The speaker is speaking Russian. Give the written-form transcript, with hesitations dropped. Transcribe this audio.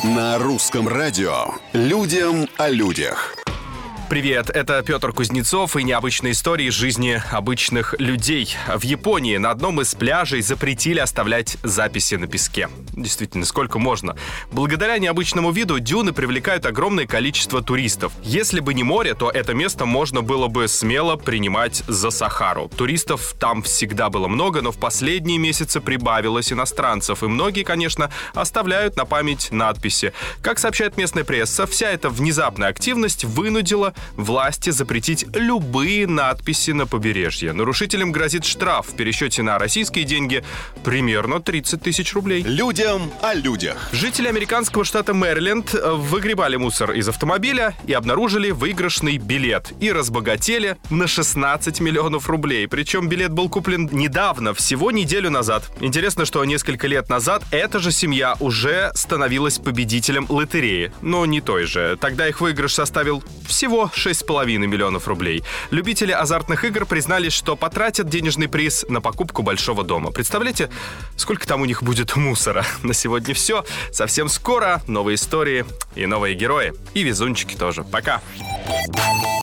На русском радио «Людям о людях». Привет, это Петр Кузнецов и необычные истории жизни обычных людей. В Японии на одном из пляжей запретили оставлять записи на песке. Действительно, сколько можно? Благодаря необычному виду дюны привлекают огромное количество туристов. Если бы не море, то это место можно было бы смело принимать за Сахару. Туристов там всегда было много, но в последние месяцы прибавилось иностранцев. И многие, конечно, оставляют на память надписи. Как сообщает местная пресса, вся эта внезапная активность вынудила власти запретить любые надписи на побережье. Нарушителям грозит штраф в пересчете на российские деньги примерно 30 тысяч рублей. Людям о людях. Жители американского штата Мэриленд выгребали мусор из автомобиля и обнаружили выигрышный билет. И разбогатели на 16 миллионов рублей. Причем билет был куплен недавно, всего неделю назад. Интересно, что несколько лет назад эта же семья уже становилась победителем лотереи. Но не той же. Тогда их выигрыш составил всего 6,5 миллионов рублей. Любители азартных игр признались, что потратят денежный приз на покупку большого дома. Представляете, сколько там у них будет мусора? На сегодня все. Совсем скоро новые истории и новые герои. И везунчики тоже. Пока.